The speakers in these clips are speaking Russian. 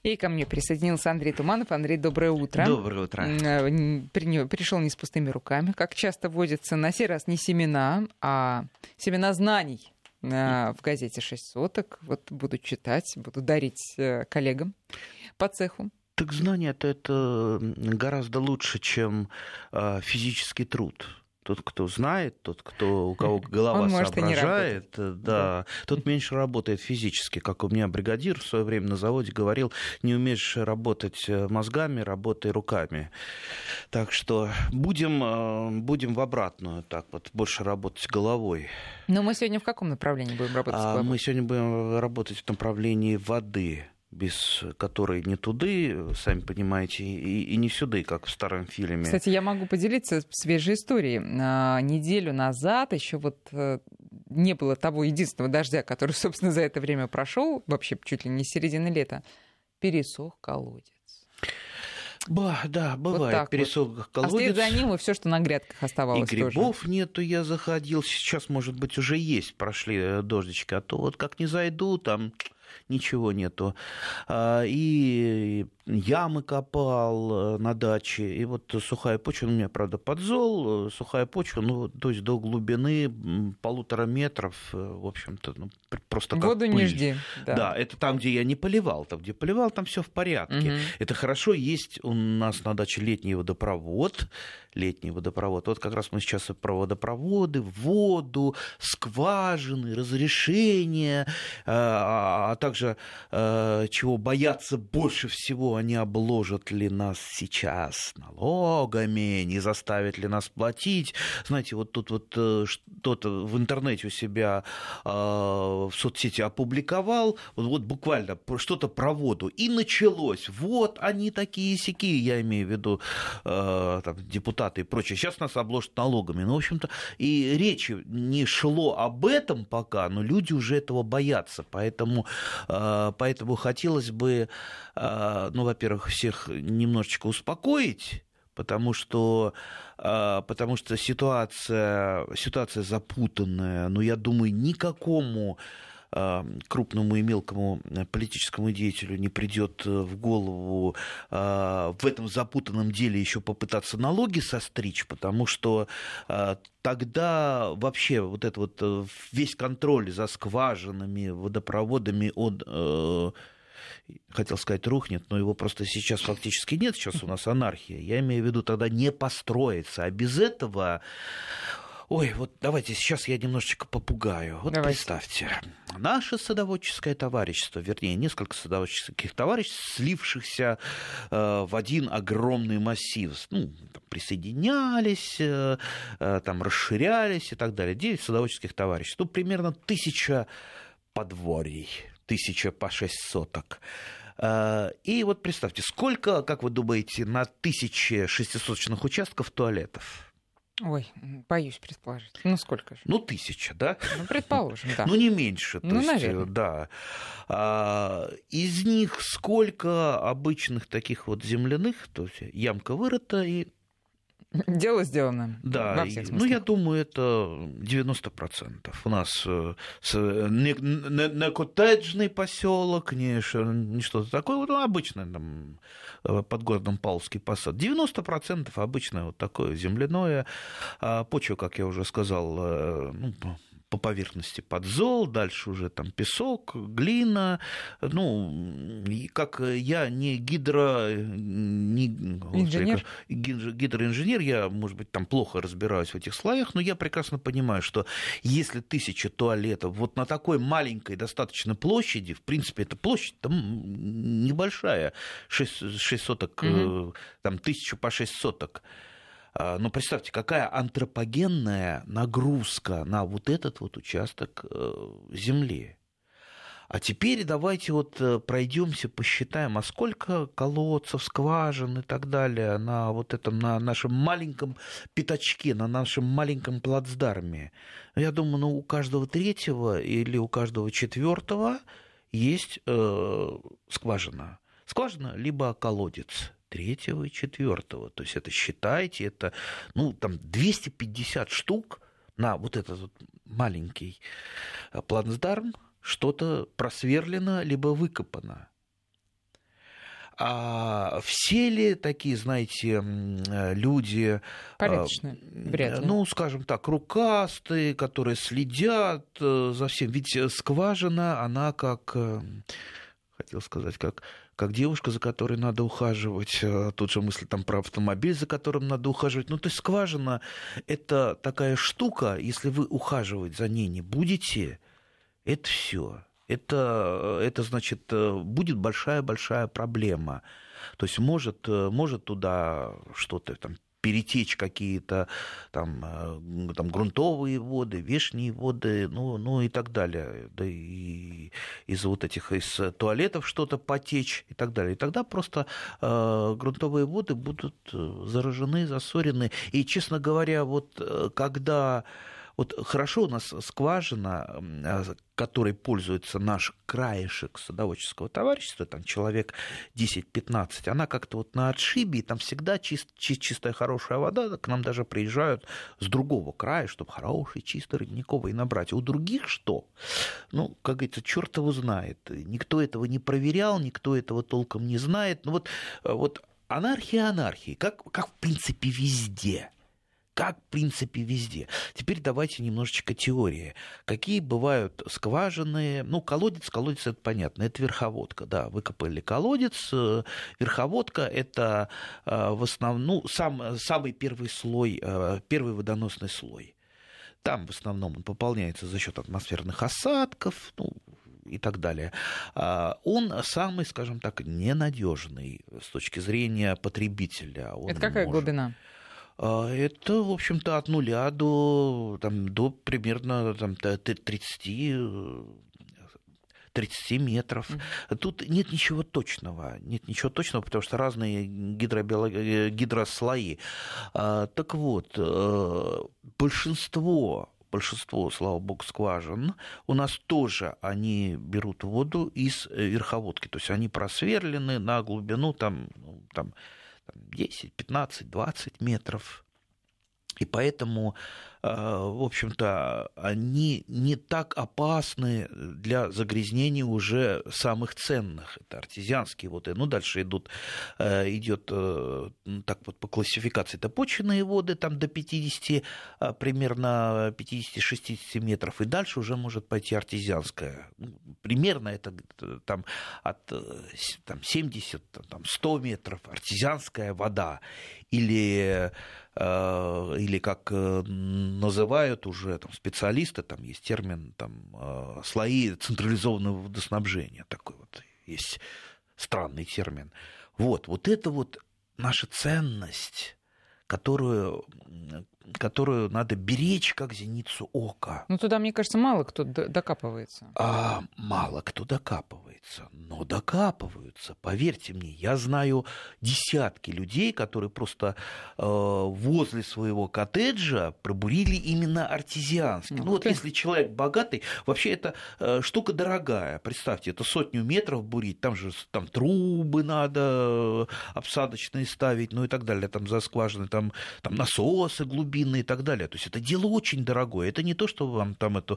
И ко мне присоединился Андрей Туманов. Андрей, доброе утро. Доброе утро. Пришел не с пустыми руками, как часто водится. На сей раз не семена, а семена знаний в газете «6 соток». Вот буду читать, буду дарить коллегам по цеху. Так знания-то это гораздо лучше, чем физический труд. Тот, кто знает, у кого голова соображает, да, тот меньше работает физически. Как у меня бригадир в свое время на заводе говорил, не умеешь работать мозгами, работай руками. Так что будем в обратную, так вот, больше работать головой. Но мы сегодня в каком направлении будем работать с головой? Мы сегодня будем работать в направлении воды, без которой не туды, сами понимаете, и не сюды, как в старом фильме. Кстати, я могу поделиться свежей историей. Неделю назад еще не было того единственного дождя, который, собственно, за это время прошел, вообще чуть ли не с середины лета, пересох колодец. Да, бывает, вот пересох колодец. А вслед за ним и все, что на грядках оставалось. И грибов тоже нету, я заходил. Сейчас, может быть, уже есть, прошли дождички, а то вот как не зайду, там ничего нету. И ямы копал на даче, и вот сухая почва, у меня, правда, подзол, сухая почва, то есть до глубины 1,5 метра, в общем-то, просто как воду пыль. Не жди. Да, это там, где я не поливал, там, где поливал, там все в порядке. Угу. Это хорошо, есть у нас на даче летний водопровод. Вот как раз мы сейчас про водопроводы, воду, скважины, разрешения, а также чего бояться больше всего, они обложат ли нас сейчас налогами, не заставят ли нас платить. Знаете, вот тут вот что-то в интернете у себя в соцсети опубликовал, вот буквально что-то про воду, и началось. Вот они такие-сякие, я имею в виду там, депутаты и прочее. Сейчас нас обложат налогами. В общем-то, и речи не шло об этом пока, но люди уже этого боятся. Поэтому хотелось бы, во-первых, всех немножечко успокоить, потому что ситуация запутанная, но я думаю, никакому крупному и мелкому политическому деятелю не придет в голову в этом запутанном деле еще попытаться налоги состричь, потому что тогда вообще вот это вот весь контроль за скважинами, водопроводами, он, хотел сказать, рухнет, но его просто сейчас фактически нет, сейчас у нас анархия. Я имею в виду, тогда не построится, а без этого... Ой, вот давайте сейчас я немножечко попугаю. Вот давайте. Представьте, наше садоводческое товарищество, вернее, несколько садоводческих товариществ, слившихся в один огромный массив, присоединялись, там, расширялись и так далее. 9 садоводческих товариществ, примерно 1000 подворий, 1000 по 6 соток. И вот представьте, сколько, как вы думаете, на 1000 шестисоточных участков туалетов? Ой, боюсь предположить. Сколько же? 1000, да? Предположим, да. Не меньше. То есть, наверное. Да. Из них сколько обычных таких вот земляных, то есть ямка вырыта и... Дело сделано. Да, во всех смыслах. Я думаю, это 90%. У нас не коттеджный поселок, не что-то такое, обычный там под городом Павловский посад. 90% обычное вот такое земляное. Почва, как я уже сказал, по поверхности подзол, дальше уже там песок, глина. И как я не гидроинженер, я, может быть, там плохо разбираюсь в этих слоях, но я прекрасно понимаю, что если 1000 туалетов вот на такой маленькой достаточно площади, в принципе, эта площадь там небольшая, 6 соток, там 1000 по 6 соток, но представьте, какая антропогенная нагрузка на вот этот вот участок земли. А теперь давайте вот пройдемся, посчитаем, а сколько колодцев, скважин и так далее на вот этом, на нашем маленьком пятачке, на нашем маленьком плацдарме. Я думаю, у каждого 3-го или у каждого 4-го есть скважина. Скважина либо колодец. 3-го и 4-го. То есть это, считайте, это там 250 штук на вот этот вот маленький плацдарм, что-то просверлено либо выкопано. А все ли такие, знаете, люди... Порядочные, вряд ли. Ну, скажем так, рукастые, которые следят за всем. Ведь скважина, она как... Хотел сказать, как девушка, за которой надо ухаживать. Тут же мысль там про автомобиль, за которым надо ухаживать. Ну, то есть скважина – это такая штука, если вы ухаживать за ней не будете, это все. Это значит, будет большая-большая проблема. То есть может туда что-то там перетечь, какие-то там грунтовые воды, внешние воды, ну и так далее. Да и из туалетов что-то потечь и так далее. И тогда просто грунтовые воды будут заражены, засорены. И, честно говоря, когда... хорошо у нас скважина, которой пользуется наш краешек садоводческого товарищества, там человек 10-15, она как-то на отшибе, и там всегда чистая, хорошая вода, к нам даже приезжают с другого края, чтобы хороший, чистый, родниковый набрать. У других что? Как говорится, черт его знает. Никто этого не проверял, никто этого толком не знает. Анархия анархии, как в принципе везде. Как, в принципе, везде. Теперь давайте немножечко теории. Какие бывают скважины? Колодец это понятно, это верховодка. Да, выкопали колодец. Верховодка – это в основном самый первый слой, первый водоносный слой. Там в основном он пополняется за счет атмосферных осадков, и так далее. Он самый, скажем так, ненадежный с точки зрения потребителя. Это какая глубина? Это, в общем-то, от 0 до примерно 30 метров. Тут нет ничего точного, потому что разные гидрослои. Так вот, большинство, слава богу, скважин, у нас тоже они берут воду из верховодки, то есть они просверлены на глубину 10, 15, 20 метров. И поэтому, в общем-то, они не так опасны для загрязнения уже самых ценных. Это артезианские воды. Дальше идет по классификации это почвенные воды, там до 50, примерно 50-60 метров. И дальше уже может пойти артезианская. Примерно это там от 70-100 метров артезианская вода. Или как называют уже специалисты, там есть термин, слои централизованного водоснабжения, такой есть странный термин. Это наша ценность, которую надо беречь как зеницу ока. Туда, мне кажется, мало кто докапывается. Мало кто докапывается, но докапываются. Поверьте мне, я знаю десятки людей, которые просто возле своего коттеджа пробурили именно артезианский. Если человек богатый, вообще это штука дорогая. Представьте, это 100 метров бурить, там трубы надо обсадочные ставить, и так далее, за скважины, там насосы глубинные и так далее. То есть это дело очень дорогое. Это не то, что вам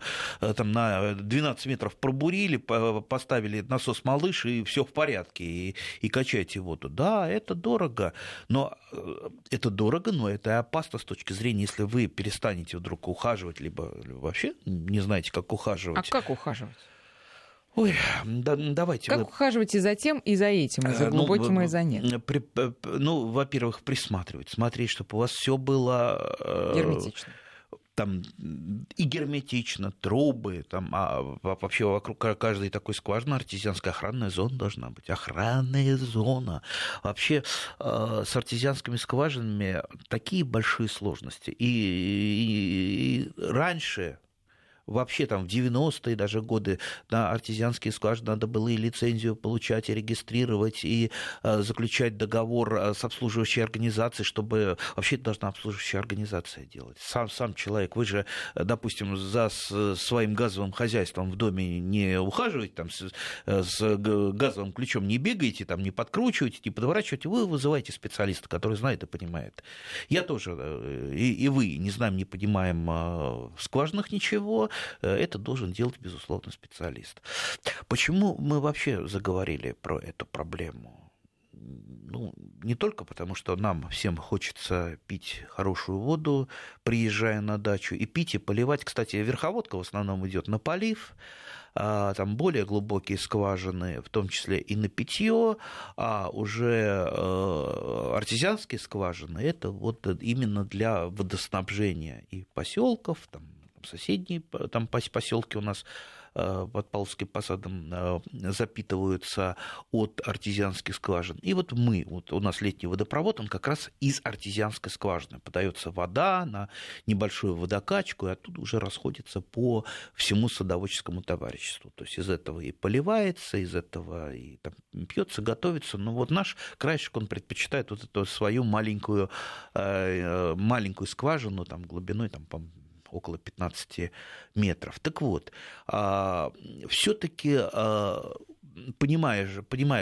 на 12 метров пробурили, поставили насос-малыш, и все в порядке, и качайте воду. Да, это дорого, но это опасно с точки зрения, если вы перестанете вдруг ухаживать, либо вообще не знаете, как ухаживать. А как ухаживать? Давайте. Как ухаживать и за тем, и за этим, и за глубоким, и за нет? Во-первых, присматривать, смотреть, чтобы у вас все было... Герметично. И герметично, трубы, вообще вокруг каждой такой скважины артезианская охранная зона должна быть. Охранная зона. Вообще с артезианскими скважинами такие большие сложности. И раньше... Вообще в 90-е даже годы на артезианские скважины надо было и лицензию получать, и регистрировать, и заключать договор с обслуживающей организацией, чтобы... Вообще это должна обслуживающая организация делать. Сам человек, вы же, допустим, за своим газовым хозяйством в доме не ухаживаете, с газовым ключом не бегаете, не подкручиваете, не подворачиваете, вы вызываете специалиста, который знает и понимает. Я тоже, и вы, не знаем, не понимаем в скважинах ничего. Это должен делать, безусловно, специалист. Почему мы вообще заговорили про эту проблему? ну, не только потому, что нам всем хочется пить хорошую воду, приезжая на дачу, и пить, и поливать. Кстати, верховодка в основном идет на полив, там более глубокие скважины, в том числе и на питье, а уже артезианские скважины, это вот именно для водоснабжения и поселков, там соседние там поселки у нас под Павловским посадом запитываются от артезианских скважин. И вот у нас летний водопровод, он как раз из артезианской скважины. Подается вода на небольшую водокачку, и оттуда уже расходится по всему садоводческому товариществу. То есть из этого и поливается, из этого и там пьется, готовится. Но вот наш краешек, он предпочитает вот эту свою маленькую скважину там, глубиной там, около 15 метров. Так вот, все-таки, понимая,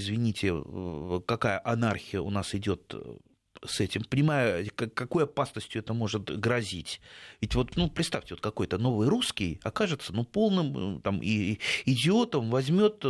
какая анархия у нас идет с этим, понимая, какой опасностью это может грозить. Ведь вот, представьте, вот какой-то новый русский окажется полным там, идиотом, возьмет,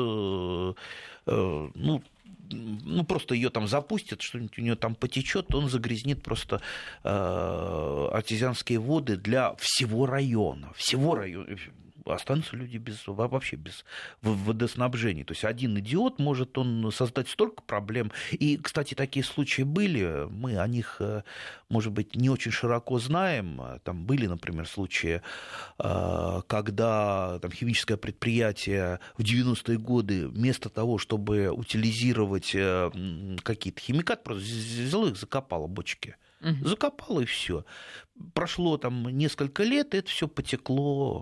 просто ее там запустят, что-нибудь у нее там потечет, он загрязнит просто артезианские воды для всего района. Останутся люди вообще без водоснабжения. То есть один идиот может он создать столько проблем. И, кстати, такие случаи были. Мы о них, может быть, не очень широко знаем. Там были, например, случаи, когда там, химическое предприятие в 90-е годы вместо того, чтобы утилизировать какие-то химикаты, просто взяло их, закопало бочки. Закопало, и все. Прошло там несколько лет, и это все потекло,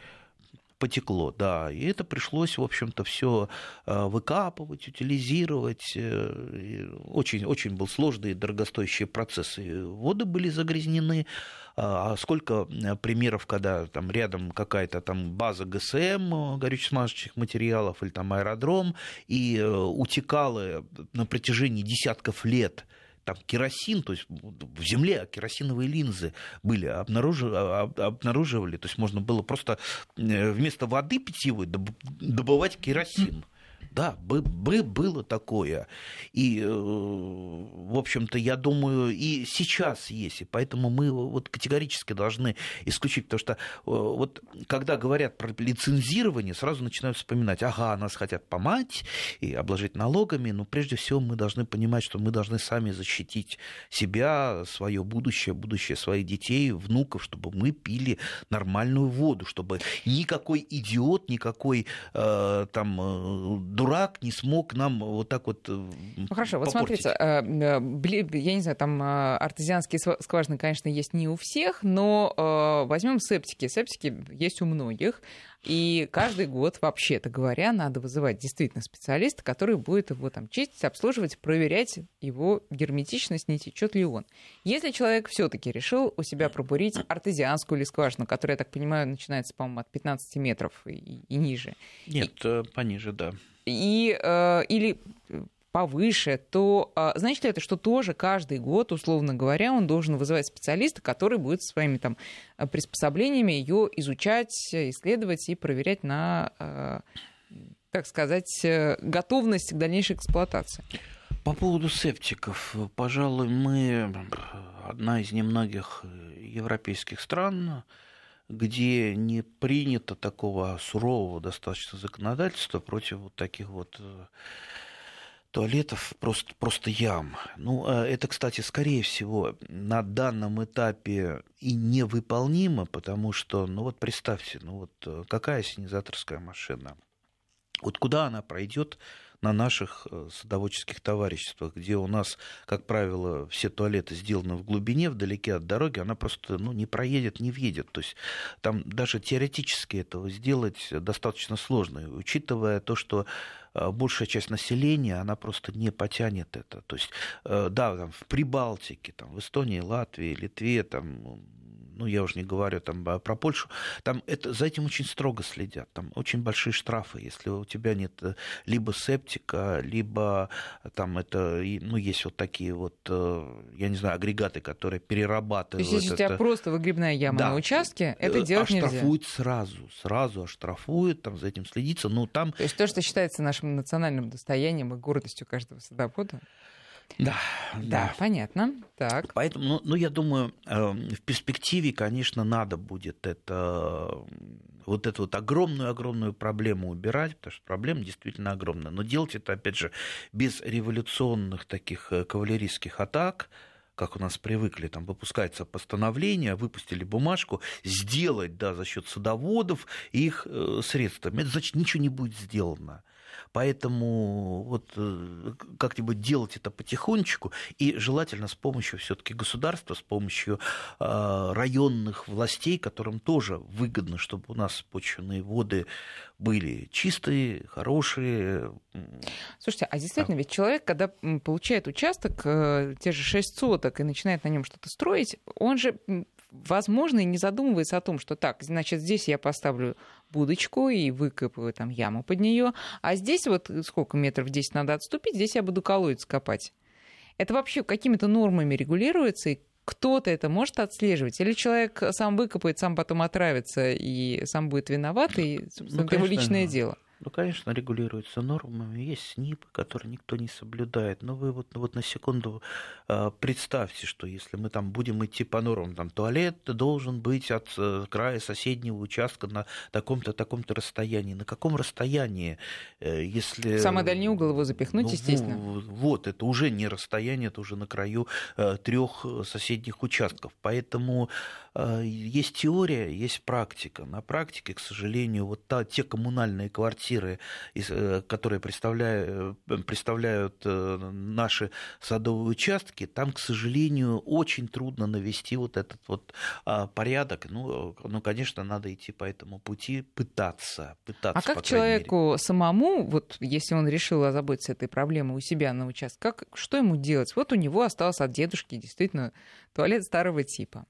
да, и это пришлось, в общем-то, все выкапывать, утилизировать. Очень, очень был сложный и дорогостоящий процесс. И воды были загрязнены. А сколько примеров, когда там рядом какая-то там база ГСМ, горюче-смазочных материалов, или там аэродром, и утекало на протяжении десятков лет там керосин, то есть в земле керосиновые линзы были, обнаруживали, то есть можно было просто вместо воды питьевой добывать керосин. Да, было такое. И, в общем-то, я думаю, и сейчас есть. И поэтому мы вот категорически должны исключить. Потому что вот когда говорят про лицензирование, сразу начинают вспоминать, нас хотят помать и обложить налогами. Но прежде всего мы должны понимать, что мы должны сами защитить себя, свое будущее своих детей, внуков, чтобы мы пили нормальную воду, чтобы никакой идиот, никакой дурак не смог нам вот так вот хорошо, вот попортить. Смотрите, я не знаю, там артезианские скважины, конечно, есть не у всех, но возьмем септики. Септики есть у многих. И каждый год, вообще-то говоря, надо вызывать действительно специалиста, который будет его там чистить, обслуживать, проверять его герметичность, не течет ли он. Если человек все-таки решил у себя пробурить артезианскую или скважину, которая, я так понимаю, начинается, по-моему, от 15 метров и ниже. Нет, пониже, да. Или повыше, то значит ли это, что тоже каждый год, условно говоря, он должен вызывать специалиста, который будет своими там приспособлениями ее изучать, исследовать и проверять на, так сказать, готовность к дальнейшей эксплуатации? По поводу септиков, пожалуй, мы одна из немногих европейских стран, где не принято такого сурового достаточно законодательства против вот таких вот туалетов, просто ям. Это, кстати, скорее всего, на данном этапе и невыполнимо, потому что, представьте, какая ассенизаторская машина, вот куда она пройдет на наших садоводческих товариществах, где у нас, как правило, все туалеты сделаны в глубине, вдалеке от дороги, она просто не проедет, не въедет. То есть там даже теоретически этого сделать достаточно сложно, учитывая то, что большая часть населения, она просто не потянет это. То есть, да, там, в Прибалтике, там, в Эстонии, Латвии, Литве, там, ну, я уже не говорю там про Польшу, там за этим очень строго следят, там очень большие штрафы, если у тебя нет либо септика, либо там это, ну, есть вот такие вот, я не знаю, агрегаты, которые перерабатывают. То есть, если у тебя просто выгребная яма на участке, это делать нельзя? Оштрафуют сразу оштрафуют, там за этим следится, но там... То есть то, что считается нашим национальным достоянием и гордостью каждого садовода? Да, понятно. Так. Поэтому, ну, я думаю, в перспективе, конечно, надо будет вот эту вот огромную проблему убирать, потому что проблема действительно огромная. Но делать это, опять же, без революционных таких кавалерийских атак, как у нас привыкли, там выпускается постановление, выпустили бумажку, сделать, да, за счет садоводов и их средствами. Это значит, ничего не будет сделано. Поэтому вот как-нибудь делать это потихонечку и желательно с помощью все-таки государства, с помощью районных властей, которым тоже выгодно, чтобы у нас почвенные воды были чистые, хорошие. Слушайте, а действительно, ведь человек, когда получает участок, те же 6 соток, и начинает на нем что-то строить, он же, возможно, и не задумывается о том, что так, значит, здесь я поставлю будочку и выкопаю там яму под нее, а здесь вот сколько метров 10 надо отступить, здесь я буду колодец копать. Это вообще какими-то нормами регулируется, и кто-то это может отслеживать? Или человек сам выкопает, сам потом отравится и сам будет виноват, и, собственно, это его личное дело? Ну, конечно, регулируется нормами. Есть СНИПы, которые никто не соблюдает. Но вы вот на секунду представьте, что если мы там будем идти по нормам, там туалет должен быть от края соседнего участка на таком-то расстоянии. На каком расстоянии? Если... В самый дальний угол его запихнуть, естественно. Вот, это уже не расстояние, это уже на краю 3 соседних участков. Поэтому есть теория, есть практика. На практике, к сожалению, вот те коммунальные квартиры, которые представляют наши садовые участки, там, к сожалению, очень трудно навести вот этот вот порядок. Ну, конечно, надо идти по этому пути, пытаться. А как человеку самому, вот если он решил озаботиться этой проблемой у себя на участке, что ему делать? Вот у него остался от дедушки действительно туалет старого типа.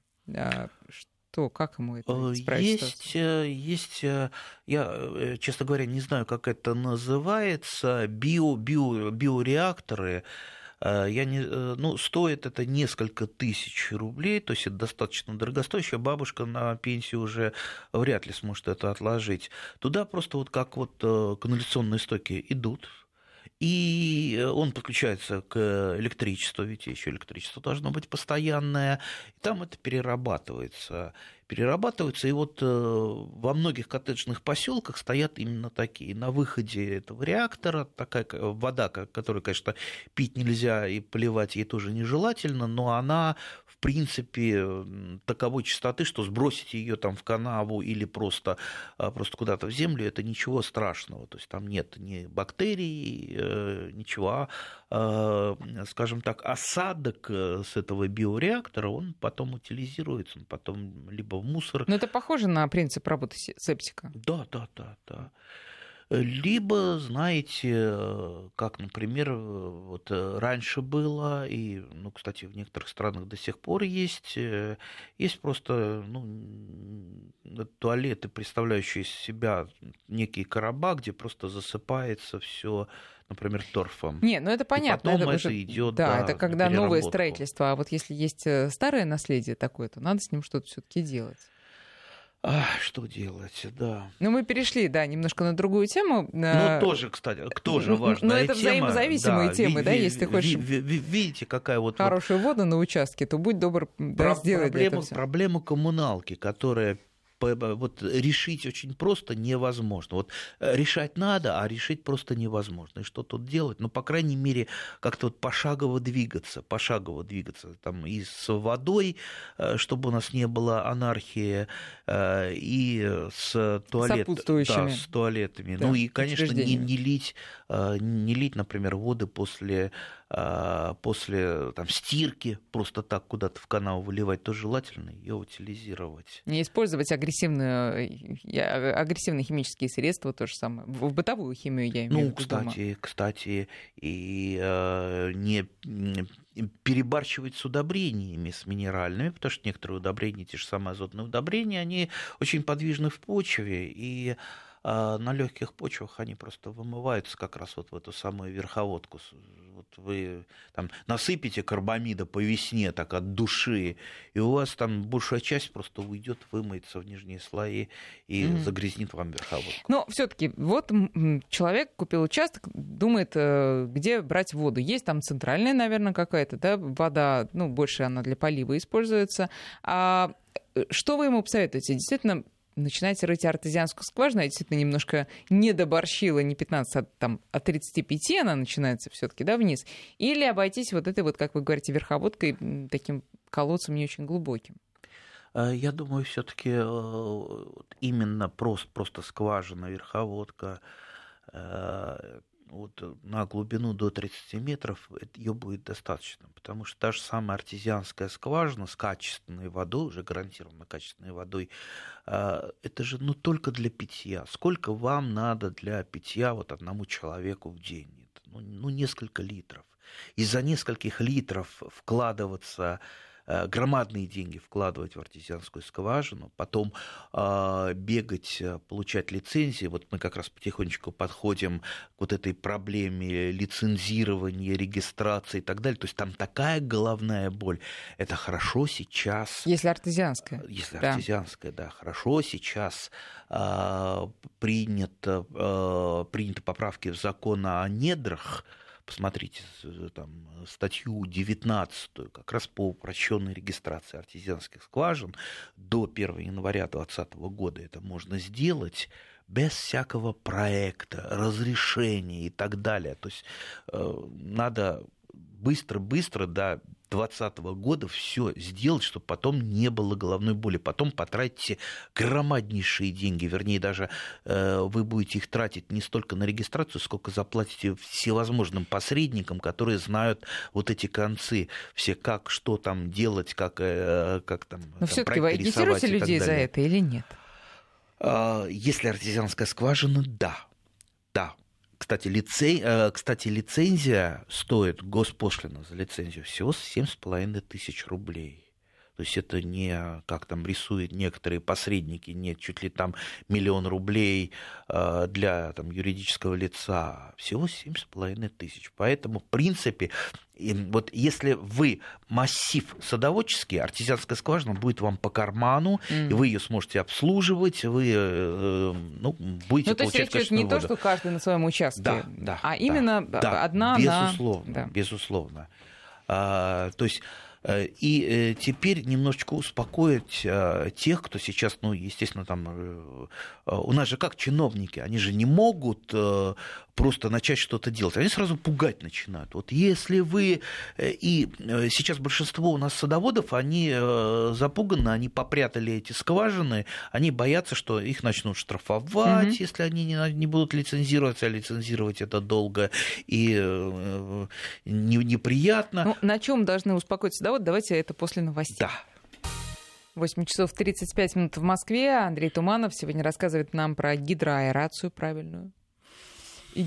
Как ему это исправить? Есть, я, честно говоря, не знаю, как это называется, биореакторы. Стоит это несколько тысяч рублей, то есть это достаточно дорогостоящая. Бабушка на пенсию уже вряд ли сможет это отложить. Туда просто вот как вот канализационные стоки идут, и он подключается к электричеству, ведь еще электричество должно быть постоянное, и там это перерабатывается, и вот во многих коттеджных поселках стоят именно такие. На выходе этого реактора такая вода, которую, конечно, пить нельзя и поливать ей тоже нежелательно, но она, в принципе, таковой чистоты, что сбросить ее там в канаву или просто куда-то в землю, это ничего страшного. То есть там нет ни бактерий, ничего. Скажем так, осадок с этого биореактора, он потом утилизируется, он потом либо в мусор. Но это похоже на принцип работы септика. Да. Либо, знаете, как, например, вот раньше было, и, кстати, в некоторых странах до сих пор есть просто туалеты, представляющие из себя некие короба, где просто засыпается все, например, торфом. Не, это понятно. И потом это идет. Да, это когда новое строительство. А вот если есть старое наследие такое, то надо с ним что-то все-таки делать. Что делать, да. Мы перешли, немножко на другую тему. Тоже, кстати, тоже важная тема. Но это взаимозависимые темы, если ты хочешь... Видите, какая вот... Хорошую воду на участке, то будь добр, сделай для этого всё. Проблема коммуналки, которая решить очень просто невозможно. Вот решать надо, а решить просто невозможно. И что тут делать? По крайней мере, как-то пошагово двигаться там и с водой, чтобы у нас не было анархии, и с туалетами. Да, и, конечно, не лить, например, воды после там, стирки, просто так куда-то в канаву выливать, то желательно ее утилизировать. Не использовать агрессивные агрессивные химические средства, то же самое. В бытовую химию я имею в виду. Кстати, и не перебарщивать с удобрениями, с минеральными, потому что некоторые удобрения, те же самые азотные удобрения, они очень подвижны в почве, и на легких почвах они просто вымываются как раз вот в эту самую верховодку. Вот вы там насыпите карбамида по весне так от души, и у вас там большая часть просто уйдет, вымоется в нижние слои и загрязнит вам верховодку. Но все-таки вот человек купил участок, думает, где брать воду. Есть там центральная, наверное, какая-то, да, вода, ну, больше она для полива используется. А что вы ему посоветуете? Действительно, начинаете рыть артезианскую скважину, я действительно немножко не доборщила, не 15, а 35 она начинается все-таки, да, вниз, или обойтись вот этой вот, как вы говорите, верховодкой, таким колодцем не очень глубоким? Я думаю, все-таки именно просто скважина, верховодка, вот на глубину до 30 метров ее будет достаточно, потому что та же самая артезианская скважина с качественной водой, уже гарантированно качественной водой, это же только для питья. Сколько вам надо для питья вот одному человеку в день? Несколько литров. Из-за нескольких литров вкладываться, громадные деньги вкладывать в артезианскую скважину, потом бегать, получать лицензии. Вот мы как раз потихонечку подходим к вот этой проблеме лицензирования, регистрации и так далее. То есть там такая головная боль. Это хорошо сейчас... Если артезианская. Артезианская, да. Хорошо сейчас приняты поправки в закон о недрах. Посмотрите там статью 19, как раз по упрощенной регистрации артезианских скважин. До 1 января 2020 года это можно сделать без всякого проекта, разрешения и так далее. То есть надо быстро до 2020 года все сделать, чтобы потом не было головной боли. Потом потратите громаднейшие деньги, вернее, даже вы будете их тратить не столько на регистрацию, сколько заплатите всевозможным посредникам, которые знают вот эти концы, все как, что там делать, как там. Но все-таки вы агитируете людей за это или нет? Если артезианская скважина, да. Кстати, лицензия стоит, госпошлина за лицензию, всего 7,5 тысяч рублей. То есть это не, как там рисуют некоторые посредники, нет, чуть ли там 1 000 000 рублей для там, юридического лица, всего 7,5 тысяч. Поэтому, в принципе, вот если вы массив садоводческий, артезианская скважина будет вам по карману, и вы ее сможете обслуживать, вы будете получать качественную воду. Не то, что каждый на своем участке, именно одна безусловно. То есть и теперь немножечко успокоить тех, кто сейчас, естественно, там... У нас же как чиновники, они же не могут просто начать что-то делать. Они сразу пугать начинают. Вот если вы... И сейчас большинство у нас садоводов, они запуганы, они попрятали эти скважины, они боятся, что их начнут штрафовать, если они не будут лицензироваться, а лицензировать это долго и неприятно. На чем должны успокоиться садоводы? Давайте это после новостей. Да. 8 часов 35 минут в Москве. Андрей Туманов сегодня рассказывает нам про гидроаэрацию правильную. И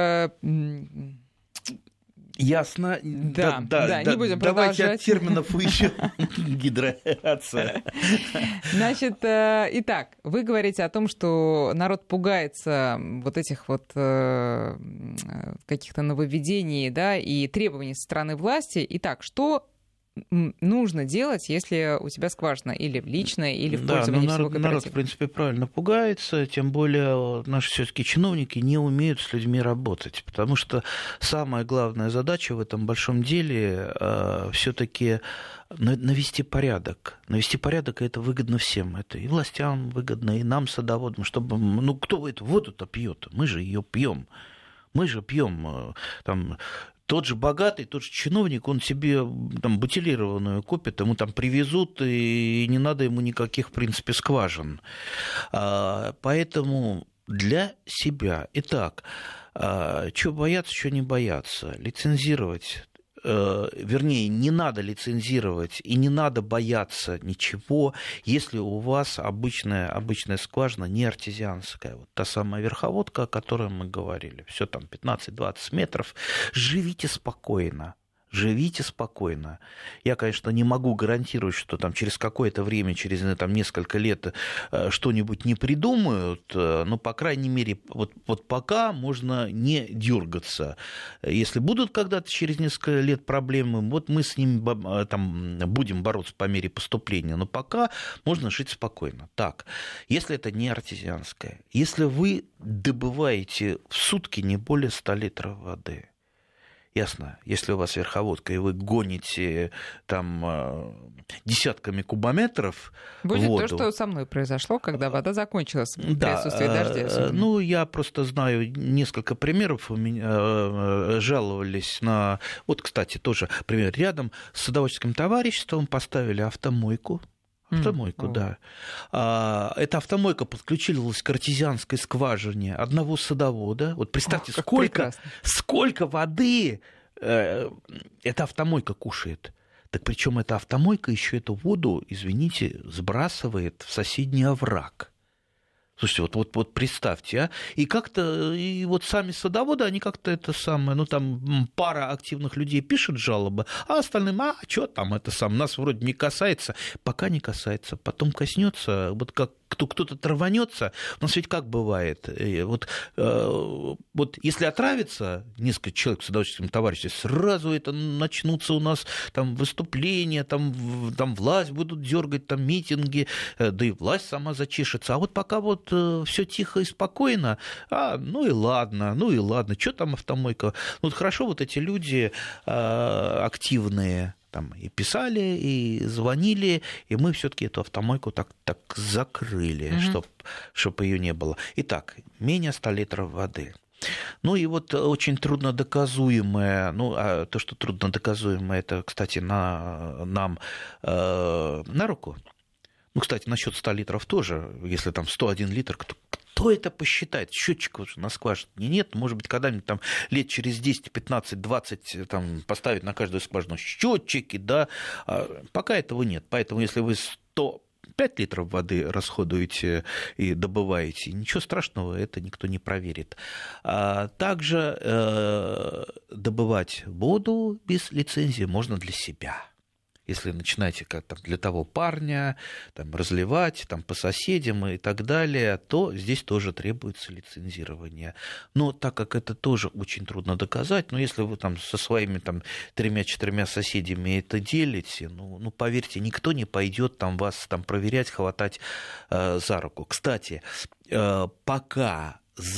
Ясно. Да, не будем продолжать. Давайте от терминов еще гидроаэрация. Значит, итак, вы говорите о том, что народ пугается вот этих вот каких-то нововведений, да, и требований со стороны власти. Итак, что нужно делать, если у тебя скважина или личная, или в пользовании всего кооператива? Народ, в принципе, правильно пугается, тем более наши все-таки чиновники не умеют с людьми работать, потому что самая главная задача в этом большом деле все-таки навести порядок. Навести порядок, и это выгодно всем. Это и властям выгодно, и нам, садоводам, чтобы... кто эту воду-то пьет? Мы же ее пьем. Мы же пьем там... Тот же богатый, тот же чиновник, он себе там бутилированную купит, ему там привезут, и не надо ему никаких, в принципе, скважин. Поэтому для себя. Итак, чего бояться, чего не бояться. Лицензировать вернее, не надо лицензировать и не надо бояться ничего, если у вас обычная скважина не артезианская. Вот та самая верховодка, о которой мы говорили. Все там 15-20 метров. Живите спокойно. Живите спокойно. Я, конечно, не могу гарантировать, что там через какое-то время, через там, несколько лет что-нибудь не придумают, но, по крайней мере, вот пока можно не дергаться. Если будут когда-то через несколько лет проблемы, вот мы с ними там, будем бороться по мере поступления, но пока можно жить спокойно. Так, если это не артезианское, если вы добываете в сутки не более 100 литров воды, ясно, если у вас верховодка, и вы гоните там десятками кубометров будет воду. То, что со мной произошло, когда вода закончилась в присутствии дождя. Особенно. Ну, я просто знаю несколько примеров. У меня жаловались на... Вот, кстати, тоже пример. Рядом с садоводческим товариществом поставили автомойку. Да. Эта автомойка подключилась к артезианской скважине одного садовода. Вот представьте, сколько воды эта автомойка кушает. Так причем эта автомойка еще эту воду, извините, сбрасывает в соседний овраг. Слушайте, вот представьте, И как-то, и вот сами садоводы, они как-то это самое, ну там пара активных людей пишет жалобы, а остальным, что там это самое, нас вроде не касается, пока не касается, потом коснется, вот как кто-то траванется, у нас ведь как бывает, вот если отравится несколько человек в садоводческом товариществе, сразу это начнутся у нас там выступления, там власть будут дергать, там митинги, да и власть сама зачешется, а вот пока вот все тихо и спокойно, ну и ладно, что там автомойка, вот хорошо вот эти люди активные, там и писали, и звонили, и мы все-таки эту автомойку так закрыли, чтобы ее не было. Итак, менее 100 литров воды. Ну и вот очень труднодоказуемое, то, что труднодоказуемое, это, кстати, нам на руку. Ну, кстати, насчет 100 литров тоже, если там 101 литр, кто это посчитает? Счетчиков уже на скважине нет. Может быть, когда-нибудь там лет через 10, 15, 20 там, поставить на каждую скважину счетчики, да. Пока этого нет. Поэтому, если вы 105 литров воды расходуете и добываете, ничего страшного, это никто не проверит. Также добывать воду без лицензии можно для себя. Если начинаете как там, для того парня там, разливать там, по соседям и так далее, то здесь тоже требуется лицензирование. Но так как это тоже очень трудно доказать, но если вы там, со своими там, 3-4 соседями это делите, поверьте, никто не пойдет там, вас там, проверять, хватать за руку. Кстати, пока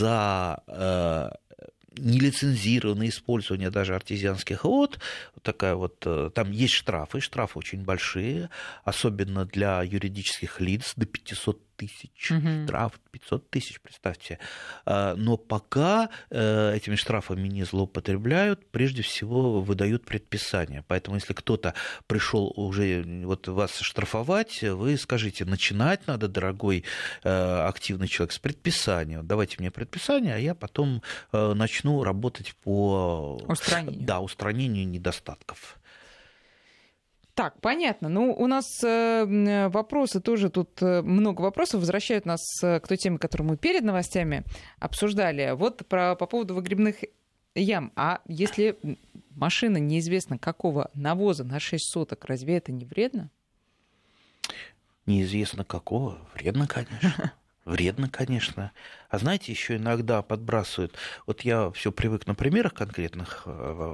за нелицензированное использование даже артезианских вод, там есть штрафы очень большие, особенно для юридических лиц, до 500 тысяч, штраф 500 тысяч, представьте. Но пока этими штрафами не злоупотребляют, прежде всего выдают предписание. Поэтому если кто-то пришел уже вас штрафовать, вы скажите, начинать надо, дорогой активный человек, с предписания. Давайте мне предписание, а я потом начну работать по устранению недостатков. Так, понятно. У нас вопросы тоже, тут много вопросов возвращают нас к той теме, которую мы перед новостями обсуждали. Вот по поводу выгребных ям. А если машина неизвестно какого навоза на 6 соток, разве это не вредно? Неизвестно какого? Вредно, конечно. Вредно, конечно. А знаете, еще иногда подбрасывают. Вот я все привык на примерах конкретных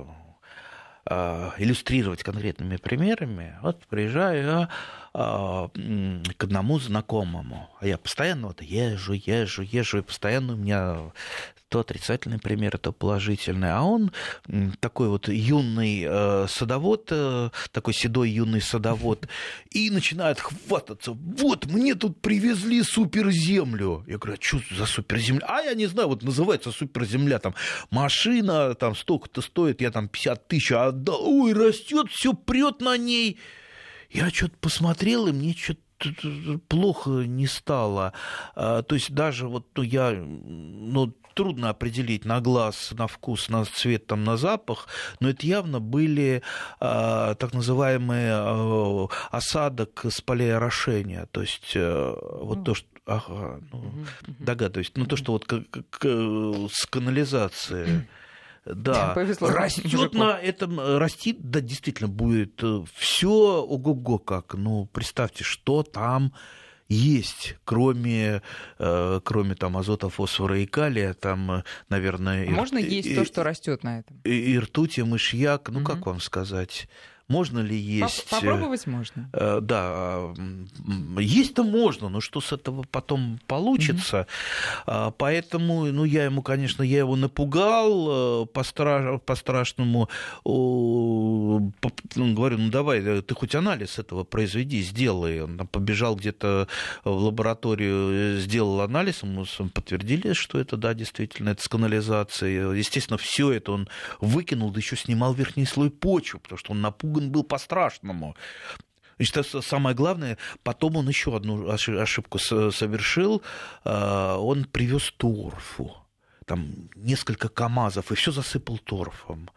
иллюстрировать конкретными примерами. Вот приезжаю к одному знакомому, а я постоянно езжу, и постоянно у меня то отрицательный пример, то положительный. А он такой юный садовод, такой седой юный садовод, и начинает хвастаться. Вот, мне тут привезли суперземлю. Я говорю, а что за суперземля? А я не знаю, называется суперземля, там машина, там столько-то стоит, я там 50 тысяч, растет, все прет на ней. Я что-то посмотрел, и мне что-то плохо не стало. То есть даже я трудно определить на глаз, на вкус, на цвет, там, на запах, но это явно были так называемые осадок с полей орошения, то есть вот то, что... Ага, догадываюсь. То, что вот с канализацией... Да, растет на этом, растит, да, действительно, будет все ого-го как. Представьте, что там есть, кроме там азота, фосфора и калия, там, наверное... Можно есть то, что растет на этом? И ртуть, и мышьяк, как вам сказать... Можно ли есть... Попробовать можно. Да, есть-то можно, но что с этого потом получится? Поэтому, я его напугал по-страшному. Говорю, давай, ты хоть анализ этого произведи, сделай. Он побежал где-то в лабораторию, сделал анализ, ему подтвердили, что это, да, действительно, это с канализацией. Естественно, все это он выкинул, да еще снимал верхний слой почвы, потому что он напуган был по-страшному. Значит, самое главное, потом он еще одну ошибку совершил. Он привез торфу. Там несколько КАМАЗов, и все засыпал торфом.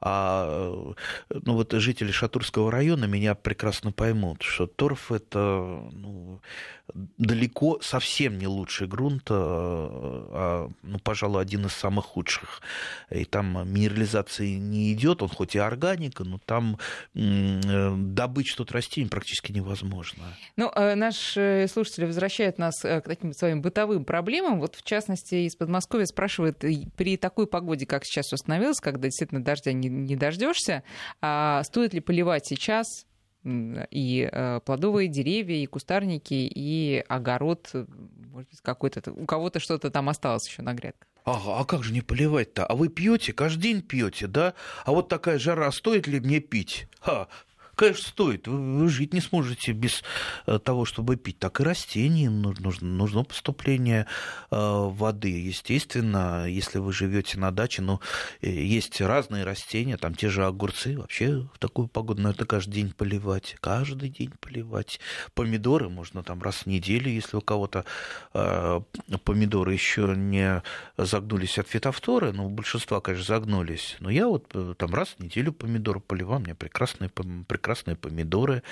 Жители Шатурского района меня прекрасно поймут, что торф – это далеко совсем не лучший грунт, пожалуй, один из самых худших. И там минерализации не идет, он хоть и органика, но там добыть что-то растений практически невозможно. Наши слушатели возвращают нас к таким своим бытовым проблемам. Вот, в частности, из Подмосковья спрашивают, при такой погоде, как сейчас установилось, когда действительно дождя не дождешься, стоит ли поливать сейчас и плодовые деревья, и кустарники, и огород, может быть, какой-то, у кого-то что-то там осталось еще на грядках? Ага, а как же не поливать-то? А вы пьете, каждый день пьете, да? А вот такая жара, стоит ли мне пить? Конечно, стоит. Вы жить не сможете без того, чтобы пить. Так и растениям нужно поступление воды. Естественно, если вы живете на даче, есть разные растения, там те же огурцы. Вообще в такую погоду это каждый день поливать. Каждый день поливать. Помидоры можно там раз в неделю, если у кого-то помидоры еще не загнулись от фитофторы. У большинства, конечно, загнулись. Но я вот там раз в неделю помидоры поливаю. У меня прекрасные помидоры.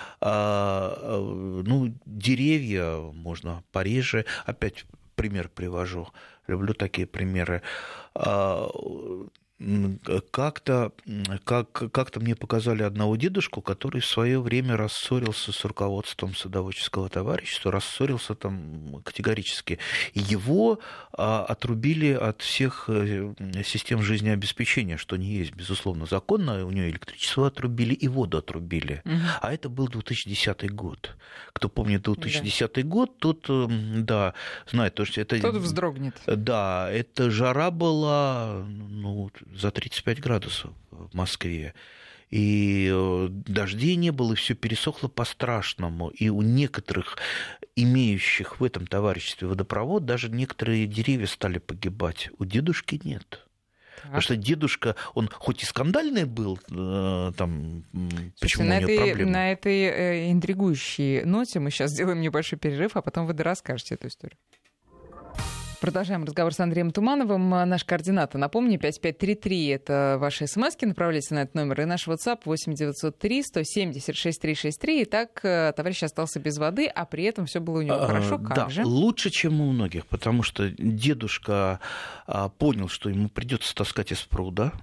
Деревья можно пореже. Опять пример привожу. Люблю такие примеры. Как-то мне показали одного дедушку, который в свое время рассорился с руководством садоводческого товарищества, рассорился там категорически. Его отрубили от всех систем жизнеобеспечения, что не есть, безусловно, законно. У него электричество отрубили и воду отрубили. А это был 2010 год. Кто помнит 2010 год, тот, да, знает, то, что это... Тот вздрогнет. Да, это жара была, за 35 градусов в Москве. И дождей не было, и все пересохло по-страшному. И у некоторых имеющих в этом товариществе водопровод даже некоторые деревья стали погибать. У дедушки нет. Потому что дедушка, он хоть и скандальный был, там, почему у него проблемы? На этой интригующей ноте мы сейчас сделаем небольшой перерыв, а потом вы расскажете эту историю. Продолжаем разговор с Андреем Тумановым. Наш координаты, напомню, 5533 — это ваши смски, направляйте на этот номер, и наш WhatsApp 8-903-170-6363. Итак, товарищ остался без воды, а при этом все было у него хорошо. Как же? Лучше, чем у многих, потому что дедушка понял, что ему придется таскать из пруда.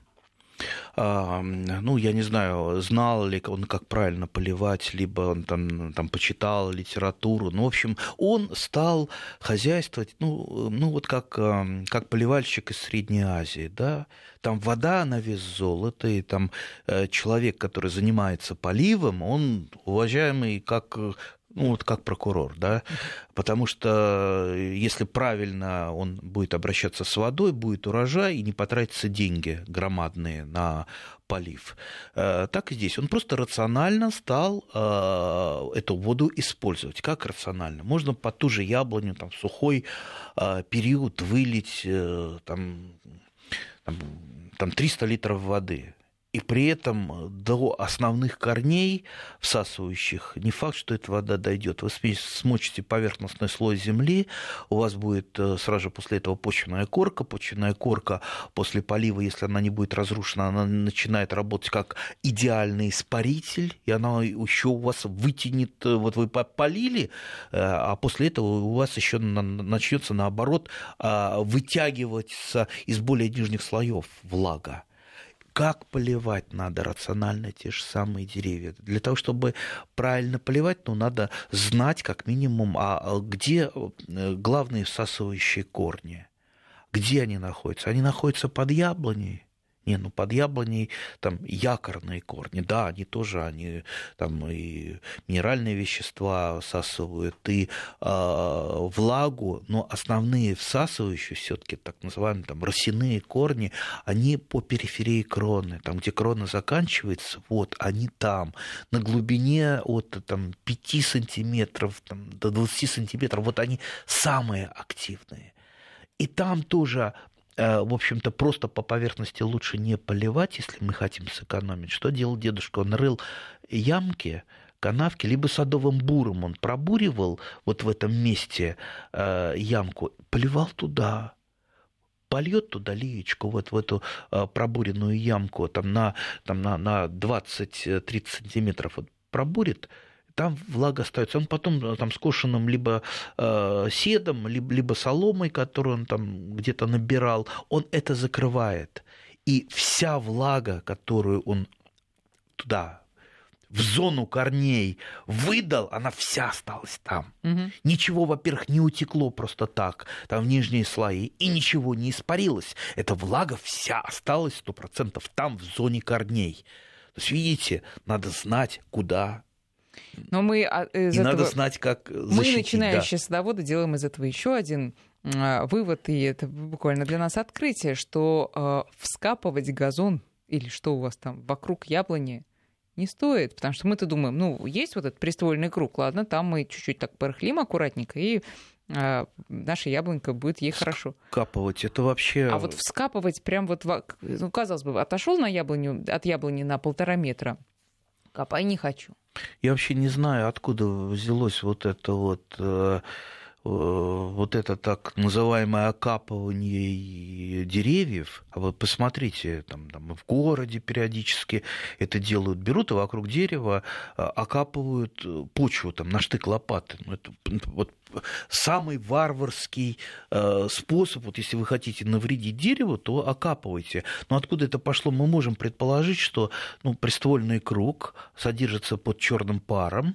Я не знаю, знал ли он, как правильно поливать, либо он там почитал литературу. В общем, он стал хозяйствовать, вот как поливальщик из Средней Азии, да. Там вода на вес золота, и там человек, который занимается поливом, он уважаемый как прокурор, да, потому что если правильно он будет обращаться с водой, будет урожай, и не потратятся деньги громадные на полив. Так и здесь. Он просто рационально стал эту воду использовать. Как рационально? Можно под ту же яблоню в сухой период вылить там 300 литров воды. И при этом до основных корней, всасывающих, не факт, что эта вода дойдет. Вы смочите поверхностный слой земли, у вас будет сразу же после этого почвенная корка. Почвенная корка после полива, если она не будет разрушена, она начинает работать как идеальный испаритель, и она еще у вас вытянет, вот вы полили, а после этого у вас еще начнется наоборот вытягиваться из более нижних слоев влага. Как поливать надо рационально те же самые деревья? Для того, чтобы правильно поливать, надо знать как минимум, где главные всасывающие корни. Где они находятся? Они находятся под яблоней. Под яблоней там якорные корни, да, они тоже, там и минеральные вещества всасывают, и влагу, но основные всасывающие все-таки так называемые там росяные корни, они по периферии кроны, там, где крона заканчивается, вот они там, на глубине от 5 сантиметров до 20 сантиметров, вот они самые активные. И там тоже, в общем-то, просто по поверхности лучше не поливать, если мы хотим сэкономить. Что делал дедушка? Он рыл ямки, канавки, либо садовым буром он пробуривал вот в этом месте ямку, поливал туда, польет туда леечку, вот в эту пробуренную ямку, на 20-30 сантиметров пробурит, там влага остается. Он потом там скошенным либо седом, либо соломой, которую он там где-то набирал, он это закрывает. И вся влага, которую он туда, в зону корней выдал, она вся осталась там. Угу. Ничего, во-первых, не утекло просто так, там в нижние слои, и ничего не испарилось. Эта влага вся осталась 100% там, в зоне корней. То есть, видите, надо знать, куда. Но мы надо знать, как защитить. Мы, начинающие садоводы, делаем из этого еще один вывод, и это буквально для нас открытие, что вскапывать газон или что у вас там вокруг яблони не стоит, потому что мы-то думаем, есть вот этот приствольный круг, ладно, там мы чуть-чуть так порыхлим аккуратненько, и наша яблонька будет ей хорошо. Вскапывать, это вообще... А вот вскапывать прям вот, казалось бы, отошел от яблони на 1,5 метра, копай не хочу. Я вообще не знаю, откуда взялось вот это так называемое окапывание деревьев. А вы посмотрите, там в городе периодически это делают. Берут и вокруг дерева окапывают почву на штык лопаты. Это вот самый варварский способ. Вот если вы хотите навредить дереву, то окапывайте. Но откуда это пошло, мы можем предположить, что приствольный круг содержится под черным паром,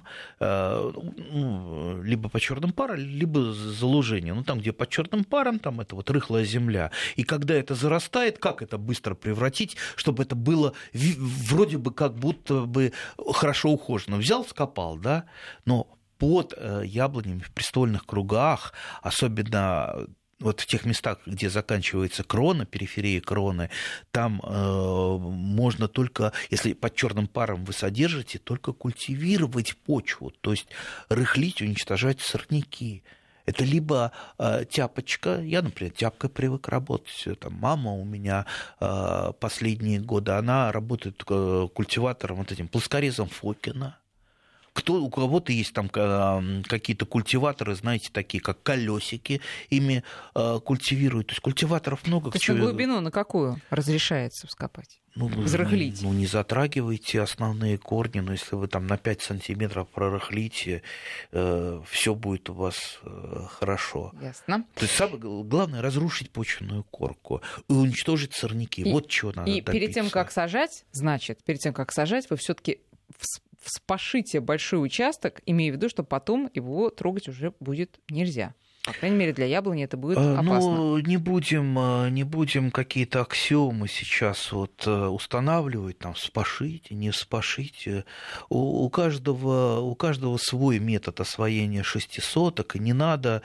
либо под черным паром, либо залужение. Там, где под черным паром, там это вот рыхлая земля. И когда это зарастает, как это быстро превратить, чтобы это было вроде бы как будто бы хорошо ухожено. Взял, скопал, да, но под яблонями в приствольных кругах, особенно вот в тех местах, где заканчивается крона, периферия кроны, там можно только, если под черным паром вы содержите, только культивировать почву, то есть рыхлить, уничтожать сорняки. Это либо тяпочка, я, например, тяпкой привык работать, там мама у меня последние годы, она работает культиватором, вот этим плоскорезом Фокина. У кого-то есть там какие-то культиваторы, знаете, такие как колесики, ими культивируют. То есть культиваторов много. То есть на глубину на какую разрешается вскопать? Взрыхлить? Не затрагивайте основные корни, но если вы там на 5 сантиметров прорыхлите, все будет у вас хорошо. Ясно. То есть самое главное — разрушить почвенную корку и уничтожить сорняки. Вот чего надо добиться. И перед тем, как сажать, вы все-таки вспашите большой участок, имея в виду, что потом его трогать уже будет нельзя. По крайней мере, для яблони это будет опасно. Не будем какие-то аксиомы сейчас устанавливать, вспашите, не вспашите. У каждого свой метод освоения шестисоток, и не надо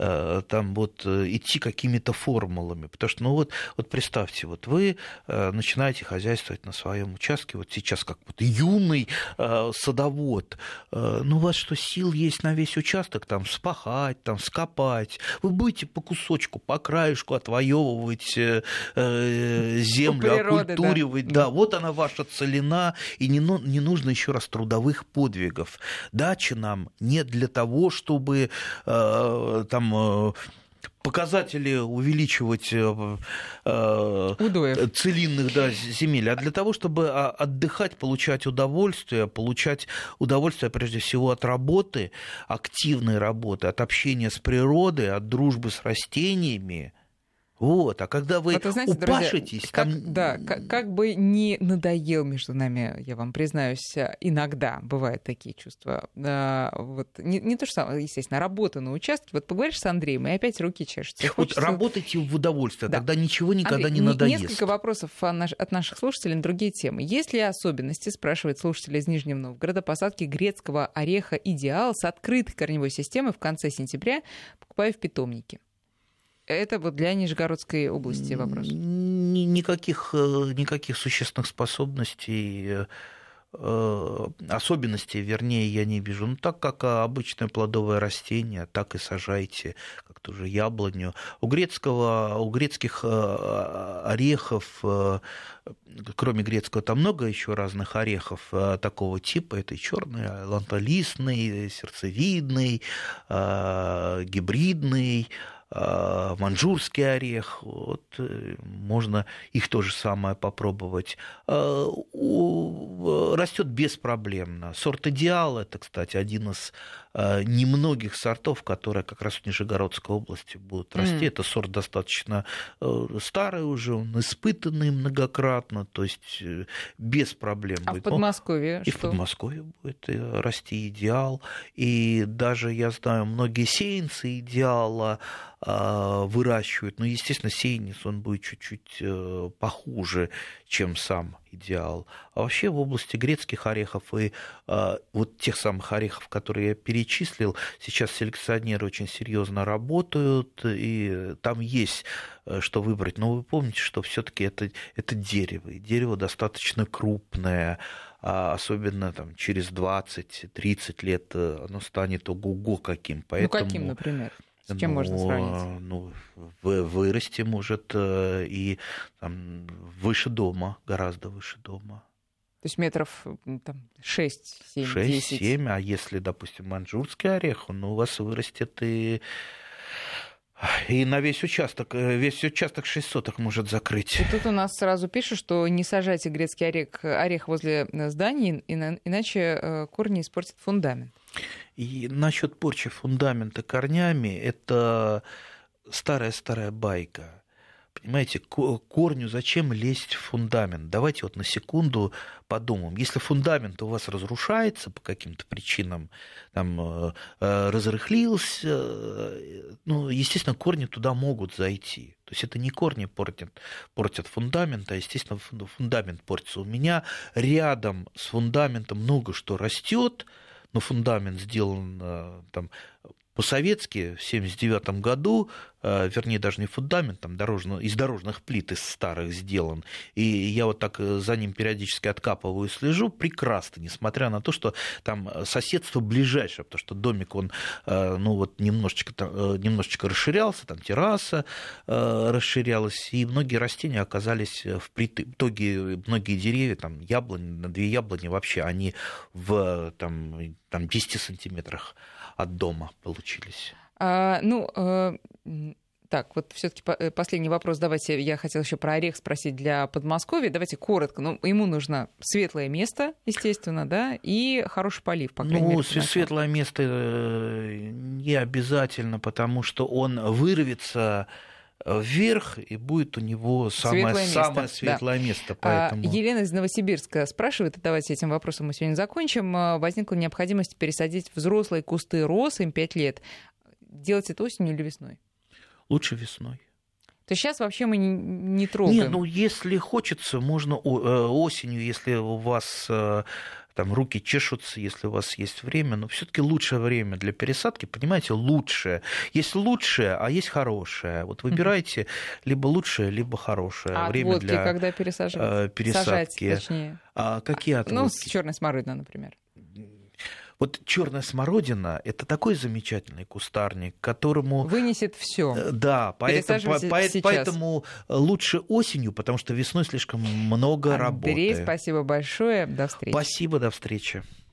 идти какими-то формулами. Потому что, представьте, вы начинаете хозяйствовать на своем участке, вот сейчас как юный садовод, у вас что, сил есть на весь участок, вспахать, вскопать, торговать, вы будете по кусочку, по краешку отвоевывать землю, природы, оккультуривать. Да. Вот она ваша целина, и не нужно еще раз трудовых подвигов. Дача нам не для того, чтобы показатели увеличивать целинных земель, а для того, чтобы отдыхать, получать удовольствие прежде всего от работы, активной работы, от общения с природой, от дружбы с растениями. Вот. А когда вы упашитесь... Друзья, как бы не надоел между нами, я вам признаюсь, иногда бывают такие чувства. Вот, не то, что, естественно, работа на участке. Вот поговоришь с Андреем, и опять руки чешутся. Вот работайте в удовольствие, тогда ничего никогда не надоест. Несколько вопросов от наших слушателей на другие темы. Есть ли особенности, спрашивает слушатель из Нижнего Новгорода, посадки грецкого ореха «Идеал» с открытой корневой системой в конце сентября, покупаю в питомнике? Это вот для Нижегородской области вопрос. Никаких существенных особенностей, вернее, я не вижу. Ну, так как обычное плодовое растение, так и сажайте, как тоже яблоню. У грецких орехов, кроме грецкого, там много еще разных орехов такого типа. Это и черный, лантолистный, сердцевидный, гибридный, маньчжурский орех, вот, можно их тоже самое попробовать. Растет беспроблемно. Сорт «Идеал» — это, кстати, один из немногих сортов, которые как раз в Нижегородской области будут расти. Это сорт достаточно старый уже, он испытанный многократно, то есть без проблем будет. В Подмосковье и в Подмосковье будет расти «Идеал». И даже, я знаю, многие сеянцы «Идеала» выращивают. Но, естественно, сеянец, он будет чуть-чуть похуже, чем сам «Идеал». А вообще в области грецких орехов и вот тех самых орехов, которые я перечислил, сейчас селекционеры очень серьезно работают, и там есть что выбрать. Но вы помните, что все-таки это дерево, и дерево достаточно крупное, особенно там, через 20-30 лет оно станет ого-го каким. Поэтому... Ну, каким, например? С чем можно сравнить? Вырасти может и там, выше дома, гораздо выше дома. То есть метров 6-7, 6-7, а если, допустим, маньчжурский орех, он у вас вырастет и на весь участок 6 соток может закрыть. И тут у нас сразу пишут, что не сажайте грецкий орех возле зданий, иначе корни испортят фундамент. И насчет порчи фундамента корнями, это старая байка. Понимаете, корню зачем лезть в фундамент? Давайте вот на секунду подумаем. Если фундамент у вас разрушается по каким-то причинам, там, разрыхлился, ну, естественно, корни туда могут зайти. То есть это не корни портят фундамент, а, естественно, фундамент портится. У меня рядом с фундаментом много что растет, но фундамент сделан там по-советски в 1979 году, вернее, даже не фундамент, там из дорожных плит из старых сделан. И я вот так за ним периодически откапываю и слежу, прекрасно, несмотря на то, что там соседство ближайшее, потому что домик, он немножечко расширялся, там терраса расширялась, и многие растения оказались впритык. В итоге многие деревья, там яблони, 2 яблони вообще, они в 10 сантиметрах от дома получились. Так, вот все-таки последний вопрос. Давайте, я хотела еще про орех спросить для Подмосковья. Давайте коротко. Ему нужно светлое место, естественно, да, и хороший полив, по крайней мере. Светлое место не обязательно, потому что он вырвется вверх, и будет у него самое светлое место. Поэтому... Елена из Новосибирска спрашивает, и давайте этим вопросом мы сегодня закончим. Возникла необходимость пересадить взрослые кусты роз, им 5 лет. Делать это осенью или весной? Лучше весной. То есть сейчас вообще мы не трогаем? Нет, если хочется, можно осенью, если у вас там руки чешутся, если у вас есть время, но все-таки лучшее время для пересадки, понимаете, лучшее. Есть лучшее, а есть хорошее. Вот выбирайте либо лучшее, либо хорошее время отводки, для когда пересаживать? пересадки. Сажать, точнее. Какие отводки? С черной смородиной, например. Вот черная смородина — это такой замечательный кустарник, которому... Вынесет все. Да, поэтому лучше осенью, потому что весной слишком много работы. Андрей, спасибо большое. До встречи. Спасибо, до встречи.